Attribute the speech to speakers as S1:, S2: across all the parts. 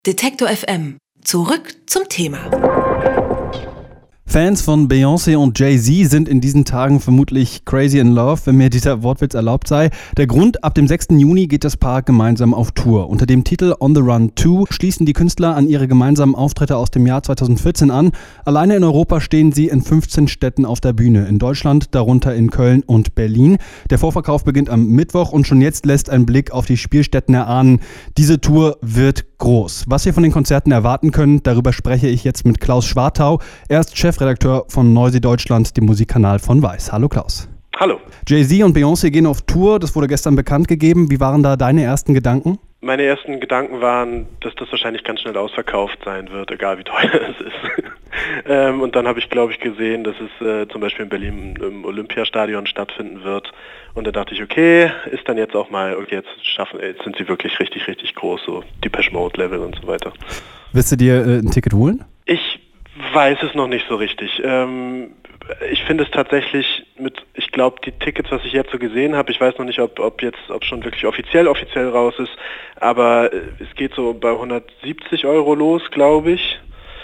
S1: Detektor FM. Zurück zum Thema.
S2: Fans von Beyoncé und Jay-Z sind in diesen Tagen vermutlich crazy in love, wenn mir dieser Wortwitz erlaubt sei. Der Grund: ab dem 6. Juni geht das Paar gemeinsam auf Tour. Unter dem Titel On the Run 2 schließen die Künstler an ihre gemeinsamen Auftritte aus dem Jahr 2014 an. Alleine in Europa stehen sie in 15 Städten auf der Bühne. In Deutschland, darunter in Köln und Berlin. Der Vorverkauf beginnt am Mittwoch und schon jetzt lässt ein Blick auf die Spielstätten erahnen, diese Tour wird groß. Was wir von den Konzerten erwarten können, darüber spreche ich jetzt mit Klaus Schwartau. Er ist Chefredakteur von Noisy Deutschland, dem Musikkanal von Weiß. Hallo Klaus.
S3: Hallo.
S2: Jay-Z und Beyoncé gehen auf Tour, das wurde gestern bekannt gegeben. Wie waren da deine ersten Gedanken?
S3: Meine ersten Gedanken waren, dass das wahrscheinlich ganz schnell ausverkauft sein wird, egal wie teuer es ist. Und dann habe ich, glaube ich, gesehen, dass es zum Beispiel in Berlin im Olympiastadion stattfinden wird. Und da dachte ich, okay, ist dann jetzt auch mal, okay, jetzt sind sie wirklich richtig, richtig groß, so Depeche Mode Level und so weiter.
S2: Willst du dir ein Ticket holen?
S3: Ich weiß es noch nicht so richtig. Ich finde es tatsächlich ich glaube, die Tickets, was ich jetzt so gesehen habe, ich weiß noch nicht, ob schon wirklich offiziell raus ist, aber es geht so bei 170 € los, glaube ich.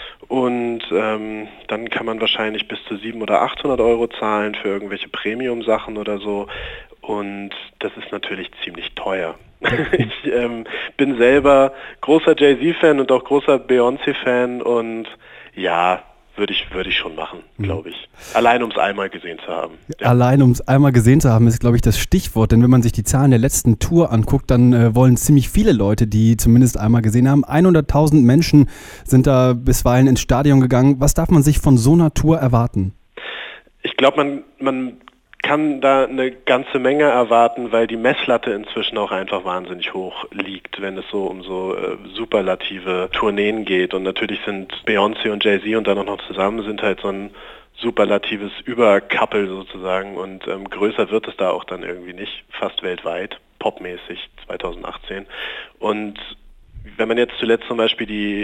S3: Und dann kann man wahrscheinlich bis zu 700 oder 800 € zahlen für irgendwelche Premium-Sachen oder so. Und das ist natürlich ziemlich teuer. Ich bin selber großer Jay-Z-Fan und auch großer Beyoncé-Fan und ja, würde ich schon machen, glaube ich. Allein um es einmal gesehen zu haben. Ja.
S2: Allein um es einmal gesehen zu haben, ist, glaube ich, das Stichwort. Denn wenn man sich die Zahlen der letzten Tour anguckt, dann wollen ziemlich viele Leute, die zumindest einmal gesehen haben. 100.000 Menschen sind da bisweilen ins Stadion gegangen. Was darf man sich von so einer Tour erwarten?
S3: Ich glaube, man kann da eine ganze Menge erwarten, weil die Messlatte inzwischen auch einfach wahnsinnig hoch liegt, wenn es so um so superlative Tourneen geht. Und natürlich sind Beyoncé und Jay-Z und dann auch noch zusammen sind halt so ein superlatives Überkappel sozusagen. Und größer wird es da auch dann irgendwie nicht, fast weltweit, popmäßig 2018. Und wenn man jetzt zuletzt zum Beispiel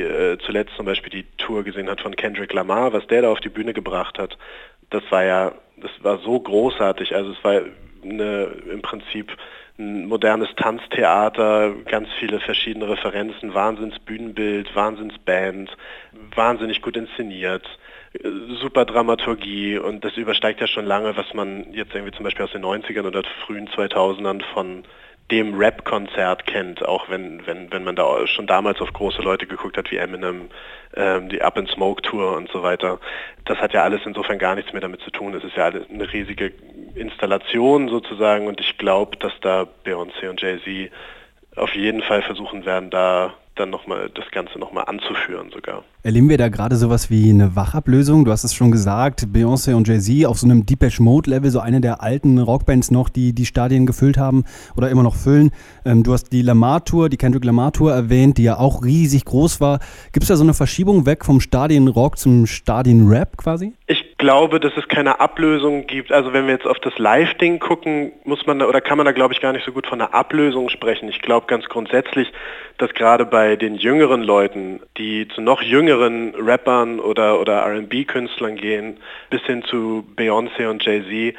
S3: die Tour gesehen hat von Kendrick Lamar, was der da auf die Bühne gebracht hat, das war so großartig. Also es war im Prinzip ein modernes Tanztheater, ganz viele verschiedene Referenzen, Wahnsinnsbühnenbild, Wahnsinnsband, wahnsinnig gut inszeniert, super Dramaturgie, und das übersteigt ja schon lange, was man jetzt irgendwie zum Beispiel aus den 90ern oder frühen 2000ern von dem Rap-Konzert kennt, auch wenn man da schon damals auf große Leute geguckt hat wie Eminem, die Up in Smoke Tour und so weiter. Das hat ja alles insofern gar nichts mehr damit zu tun. Es ist ja eine riesige Installation sozusagen, und ich glaube, dass da Beyoncé und Jay-Z auf jeden Fall versuchen werden, da dann das Ganze nochmal anzuführen sogar.
S2: Erleben wir da gerade sowas wie eine Wachablösung? Du hast es schon gesagt, Beyoncé und Jay-Z auf so einem Depeche Mode Level, so eine der alten Rockbands noch, die Stadien gefüllt haben oder immer noch füllen. Du hast die Lamar-Tour, die Kendrick Lamar-Tour erwähnt, die ja auch riesig groß war. Gibt es da so eine Verschiebung weg vom Stadienrock zum Stadienrap quasi? Ich
S3: glaube, dass es keine Ablösung gibt. Also wenn wir jetzt auf das Live-Ding gucken, kann man da, glaube ich, gar nicht so gut von einer Ablösung sprechen. Ich glaube ganz grundsätzlich, dass gerade bei den jüngeren Leuten, die zu noch jüngeren Rappern oder R&B-Künstlern gehen, bis hin zu Beyoncé und Jay-Z,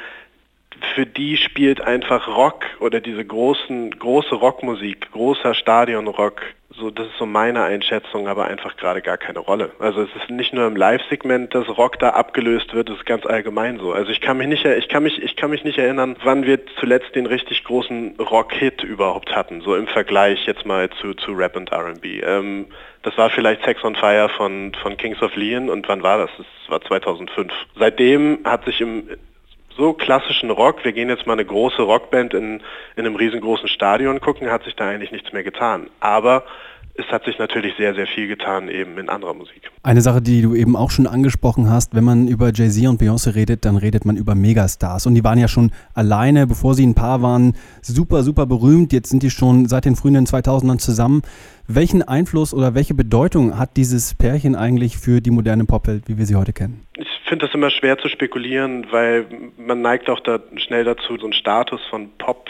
S3: für die spielt einfach Rock oder diese große Rockmusik, großer Stadionrock, so, das ist so meine Einschätzung, aber einfach gerade gar keine Rolle. Also es ist nicht nur im Live-Segment, dass Rock da abgelöst wird, das ist ganz allgemein so. Also ich kann mich nicht erinnern, wann wir zuletzt den richtig großen Rock-Hit überhaupt hatten, so im Vergleich jetzt mal zu Rap und R&B. Das war vielleicht Sex on Fire von Kings of Leon, und wann war das? Das war 2005. Seitdem hat sich im so klassischen Rock, wir gehen jetzt mal eine große Rockband in einem riesengroßen Stadion gucken, hat sich da eigentlich nichts mehr getan. Aber es hat sich natürlich sehr, sehr viel getan eben in anderer Musik.
S2: Eine Sache, die du eben auch schon angesprochen hast, wenn man über Jay-Z und Beyoncé redet, dann redet man über Megastars. Und die waren ja schon alleine, bevor sie ein Paar waren, super, super berühmt. Jetzt sind die schon seit den frühen 2000ern zusammen. Welchen Einfluss oder welche Bedeutung hat dieses Pärchen eigentlich für die moderne Popwelt, wie wir sie heute kennen?
S3: Ich finde das immer schwer zu spekulieren, weil man neigt auch da schnell dazu, so einen Status von Popstar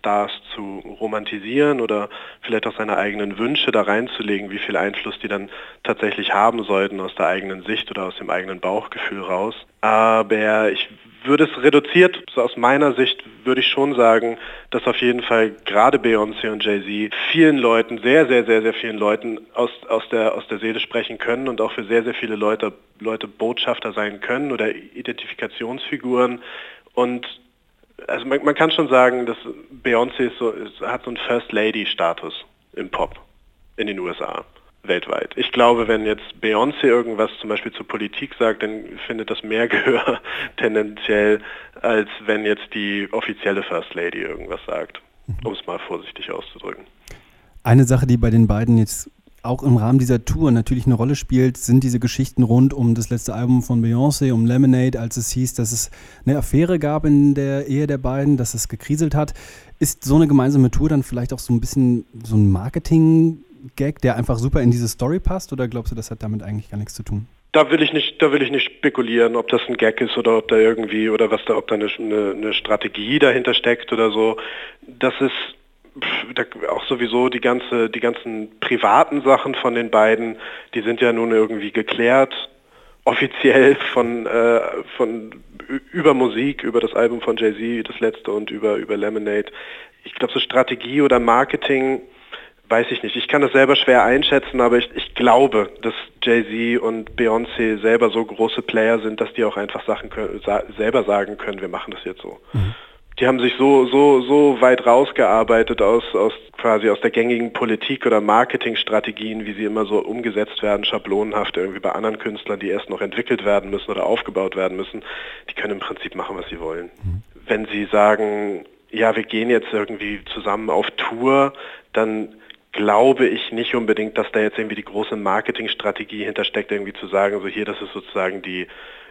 S3: Stars zu romantisieren oder vielleicht auch seine eigenen Wünsche da reinzulegen, wie viel Einfluss die dann tatsächlich haben sollten aus der eigenen Sicht oder aus dem eigenen Bauchgefühl raus. Aber ich würde es reduziert, so aus meiner Sicht würde ich schon sagen, dass auf jeden Fall gerade Beyoncé und Jay-Z vielen Leuten, sehr, sehr, sehr, sehr vielen Leuten aus der Seele sprechen können und auch für sehr, sehr viele Leute Botschafter sein können oder Identifikationsfiguren. Und also man kann schon sagen, dass Beyoncé hat so einen First-Lady-Status im Pop in den USA. Weltweit. Ich glaube, wenn jetzt Beyoncé irgendwas zum Beispiel zur Politik sagt, dann findet das mehr Gehör tendenziell, als wenn jetzt die offizielle First Lady irgendwas sagt, um es mal vorsichtig auszudrücken.
S2: Eine Sache, die bei den beiden jetzt auch im Rahmen dieser Tour natürlich eine Rolle spielt, sind diese Geschichten rund um das letzte Album von Beyoncé, um Lemonade, als es hieß, dass es eine Affäre gab in der Ehe der beiden, dass es gekriselt hat. Ist so eine gemeinsame Tour dann vielleicht auch so ein bisschen so ein Marketing-Gag, der einfach super in diese Story passt, oder glaubst du, das hat damit eigentlich gar nichts zu tun?
S3: Da will ich nicht spekulieren, ob das ein Gag ist oder ob da irgendwie oder ob da eine Strategie dahinter steckt oder so. Das ist auch sowieso die ganzen privaten Sachen von den beiden, die sind ja nun irgendwie geklärt, offiziell von über Musik, über das Album von Jay-Z, das letzte, und über Lemonade. Ich glaube, so Strategie oder Marketing, weiß ich nicht. Ich kann das selber schwer einschätzen, aber ich glaube, dass Jay-Z und Beyoncé selber so große Player sind, dass die auch einfach selber sagen können, wir machen das jetzt so. Mhm. Die haben sich so weit rausgearbeitet aus der gängigen Politik oder Marketingstrategien, wie sie immer so umgesetzt werden, schablonenhaft irgendwie bei anderen Künstlern, die erst noch entwickelt werden müssen oder aufgebaut werden müssen. Die können im Prinzip machen, was sie wollen. Mhm. Wenn sie sagen, ja, wir gehen jetzt irgendwie zusammen auf Tour, dann glaube ich nicht unbedingt, dass da jetzt irgendwie die große Marketingstrategie hintersteckt, irgendwie zu sagen, so hier, das ist sozusagen die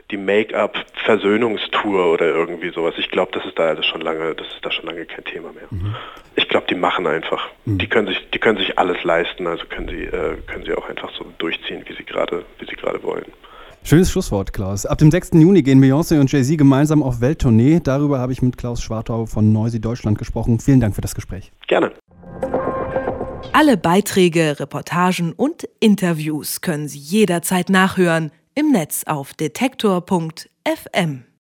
S3: Make-up-Versöhnungstour oder irgendwie sowas. Ich glaube, das ist da schon lange kein Thema mehr. Mhm. Ich glaube, die machen einfach. Mhm. Die können sich alles leisten, also können sie auch einfach so durchziehen, wie sie gerade wollen.
S2: Schönes Schlusswort, Klaus. Ab dem 6. Juni gehen Beyoncé und Jay-Z gemeinsam auf Welttournee. Darüber habe ich mit Klaus Schwartau von Noisy Deutschland gesprochen. Vielen Dank für das Gespräch.
S3: Gerne.
S1: Alle Beiträge, Reportagen und Interviews können Sie jederzeit nachhören im Netz auf detektor.fm.